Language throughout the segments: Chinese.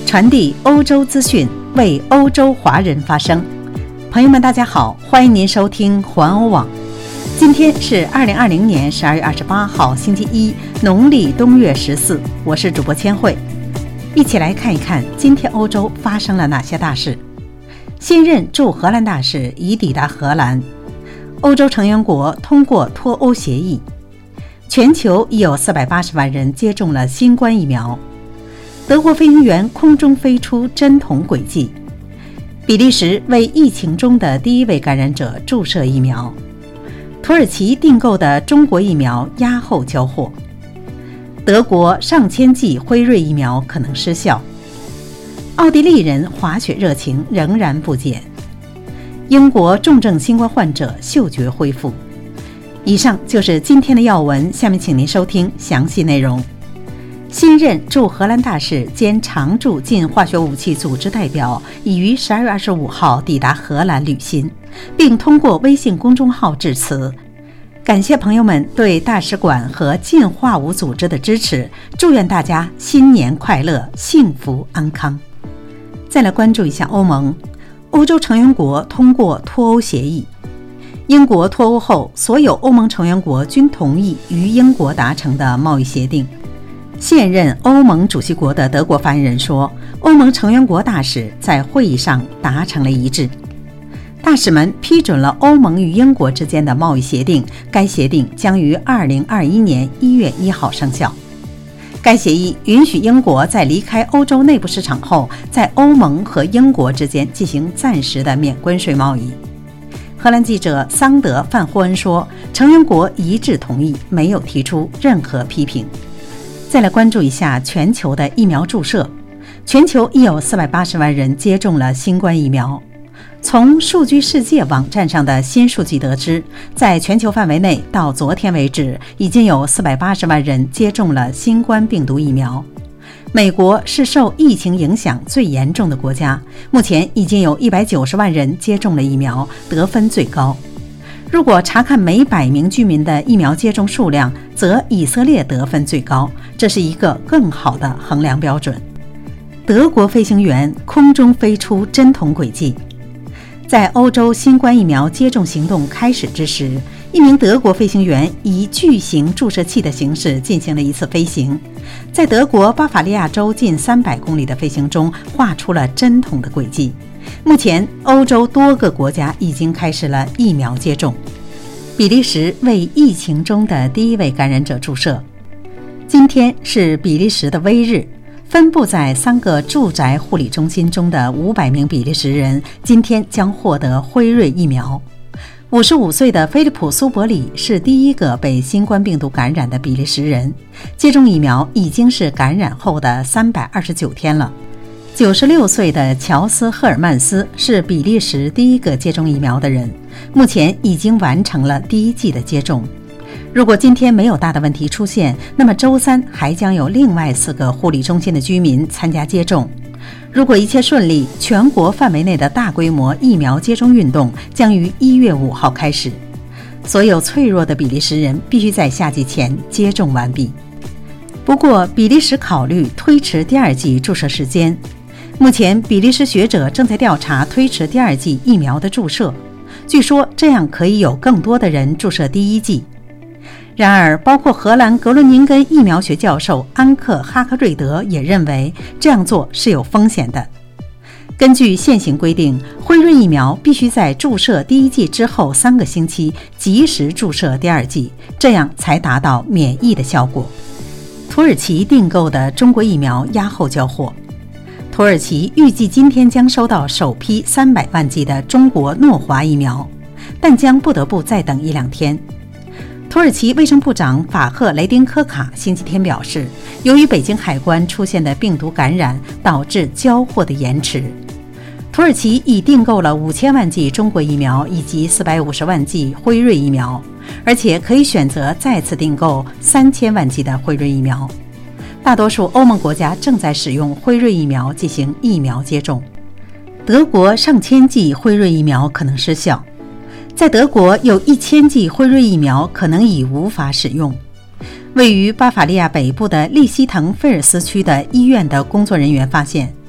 传递欧洲资讯，为欧洲华人发声。朋友们大家好，欢迎您收听环欧网。今天是2020年12月28号星期一，农历冬月14，我是主播千惠。一起来看一看今天欧洲发生了哪些大事。现任驻荷兰大使已抵达荷兰。欧洲成员国通过脱欧协议。全球已有480万人接种了新冠疫苗。德国飞行员空中飞出针筒轨迹。比利时为疫情中的第一位感染者注射疫苗。土耳其订购的中国疫苗押后交货。德国上千剂辉瑞疫苗可能失效。奥地利人滑雪热情仍然不减。英国重症新冠患者嗅觉恢复。以上就是今天的要闻，下面请您收听详细内容。新任驻荷兰大使兼常驻禁化学武器组织代表已于12月25号抵达荷兰履新，并通过微信公众号致辞，感谢朋友们对大使馆和禁化武组织的支持，祝愿大家新年快乐，幸福安康。再来关注一下欧盟，欧洲成员国通过脱欧协议。英国脱欧后，所有欧盟成员国均同意与英国达成的贸易协定。现任欧盟主席国的德国发言人说，欧盟成员国大使在会议上达成了一致。大使们批准了欧盟与英国之间的贸易协定，该协定将于2021年1月1号生效。该协议允许英国在离开欧洲内部市场后，在欧盟和英国之间进行暂时的免关税贸易。荷兰记者桑德·范霍恩说，成员国一致同意，没有提出任何批评。再来关注一下全球的疫苗注射。全球已有480万人接种了新冠疫苗。从数据世界网站上的新数据得知，在全球范围内到昨天为止，已经有480万人接种了新冠病毒疫苗。美国是受疫情影响最严重的国家，目前已经有190万人接种了疫苗，得分最高。如果查看每100名居民的疫苗接种数量，则以色列得分最高，这是一个更好的衡量标准。德国飞行员空中飞出针筒轨迹。在欧洲新冠疫苗接种行动开始之时，一名德国飞行员以巨型注射器的形式进行了一次飞行，在德国巴伐利亚州近300公里的飞行中画出了针筒的轨迹。目前，欧洲多个国家已经开始了疫苗接种。比利时为疫情中的第一位感染者注射。今天是比利时的威日，分布在3个住宅护理中心中的500名比利时人今天将获得辉瑞疫苗。55岁的菲利普·苏伯里是第一个被新冠病毒感染的比利时人，接种疫苗已经是感染后的329天了。96岁的乔斯·赫尔曼斯是比利时第一个接种疫苗的人，目前已经完成了第1剂的接种。如果今天没有大的问题出现，那么周3还将有另外4个护理中心的居民参加接种。如果一切顺利，全国范围内的大规模疫苗接种运动将于1月5号开始。所有脆弱的比利时人必须在夏季前接种完毕。不过，比利时考虑推迟第2剂注射时间。目前，比利时学者正在调查推迟第2剂疫苗的注射，据说这样可以有更多的人注射第1剂。然而，包括荷兰格伦宁根疫苗学教授安克·哈克瑞德也认为这样做是有风险的。根据现行规定，辉瑞疫苗必须在注射第1剂之后3个星期及时注射第2剂，这样才达到免疫的效果。土耳其订购的中国疫苗押后交货。土耳其预计今天将收到首批300万剂的中国诺华疫苗，但将不得不再等1-2天。土耳其卫生部长法赫雷丁科卡星期天表示，由于北京海关出现的病毒感染，导致交货的延迟。土耳其已订购了5000万剂中国疫苗以及450万剂辉瑞疫苗，而且可以选择再次订购3000万剂的辉瑞疫苗。大多数欧盟国家正在使用辉瑞疫苗进行疫苗接种。德国上千剂辉瑞疫苗可能失效。在德国有1000剂辉瑞疫苗可能已无法使用。位于巴伐利亚北部的利希滕菲尔斯区的医院的工作人员发现，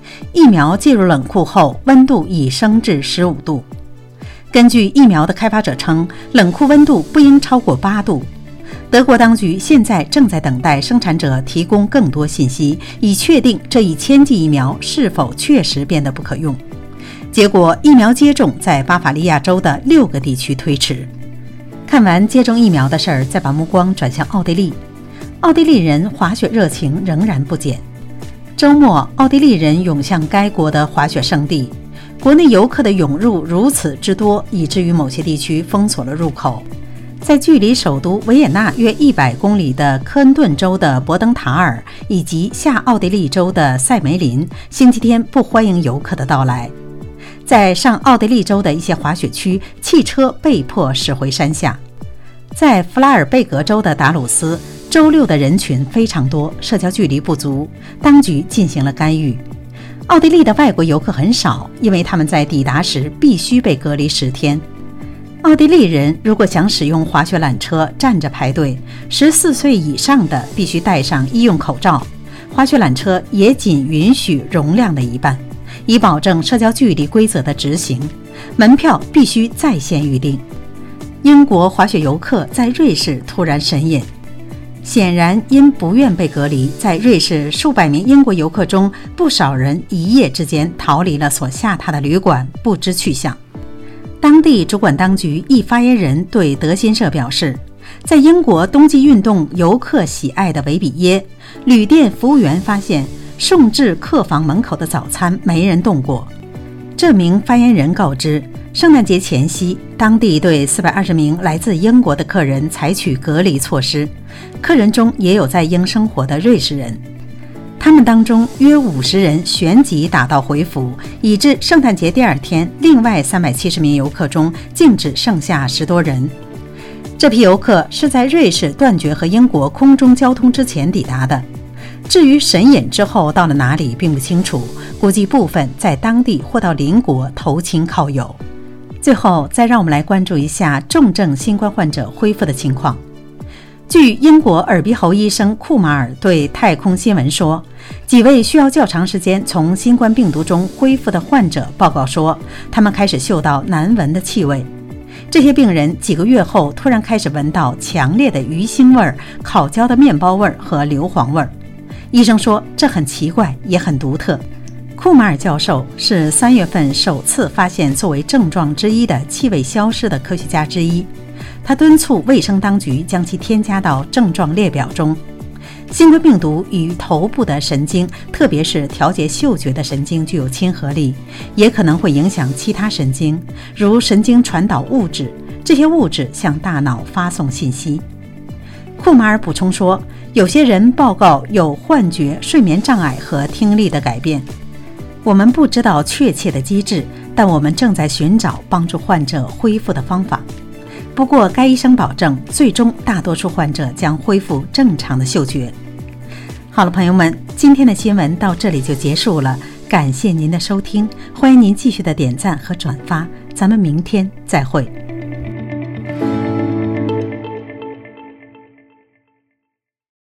疫苗进入冷库后，温度已升至15度。根据疫苗的开发者称，冷库温度不应超过8度。德国当局现在正在等待生产者提供更多信息，以确定这一千剂疫苗是否确实变得不可用。结果，疫苗接种在巴伐利亚州的6个地区推迟。看完接种疫苗的事儿，再把目光转向奥地利。奥地利人滑雪热情仍然不减。周末，奥地利人涌向该国的滑雪胜地，国内游客的涌入如此之多，以至于某些地区封锁了入口。在距离首都维也纳约100公里的科恩顿州的博登塔尔以及下奥地利州的塞梅林，星期天不欢迎游客的到来。在上奥地利州的一些滑雪区，汽车被迫驶回山下。在弗拉尔贝格州的达鲁斯，周六的人群非常多，社交距离不足，当局进行了干预。奥地利的外国游客很少，因为他们在抵达时必须被隔离10天。奥地利人如果想使用滑雪缆车，站着排队，14岁以上的必须戴上医用口罩，滑雪缆车也仅允许容量的一半，以保证社交距离规则的执行。门票必须在线预订。英国滑雪游客在瑞士突然神隐，显然因不愿被隔离，在瑞士数百名英国游客中，不少人一夜之间逃离了所下榻的旅馆，不知去向。当地主管当局一发言人对德新社表示，在英国冬季运动游客喜爱的维比耶，旅店服务员发现送至客房门口的早餐没人动过。这名发言人告知，圣诞节前夕，当地对420名来自英国的客人采取隔离措施，客人中也有在英生活的瑞士人。他们当中约50人旋即打道回府，以致圣诞节第2天，另外370名游客中竟只剩下10多人。这批游客是在瑞士断绝和英国空中交通之前抵达的。至于神隐之后到了哪里并不清楚，估计部分在当地或到邻国投亲靠友。最后，再让我们来关注一下重症新冠患者恢复的情况。据英国耳鼻喉医生库马尔对太空新闻说，几位需要较长时间从新冠病毒中恢复的患者报告说，他们开始嗅到难闻的气味。这些病人几个月后突然开始闻到强烈的鱼腥味、烤焦的面包味和硫磺味。医生说，这很奇怪，也很独特。库马尔教授是3月份首次发现作为症状之一的气味消失的科学家之一。他敦促卫生当局将其添加到症状列表中。新冠病毒与头部的神经，特别是调节嗅觉的神经具有亲和力，也可能会影响其他神经，如神经传导物质，这些物质向大脑发送信息。库马尔补充说，有些人报告有幻觉、睡眠障碍和听力的改变。我们不知道确切的机制，但我们正在寻找帮助患者恢复的方法。不过，该医生保证，最终大多数患者将恢复正常的嗅觉。好了，朋友们，今天的新闻到这里就结束了，感谢您的收听，欢迎您继续的点赞和转发，咱们明天再会。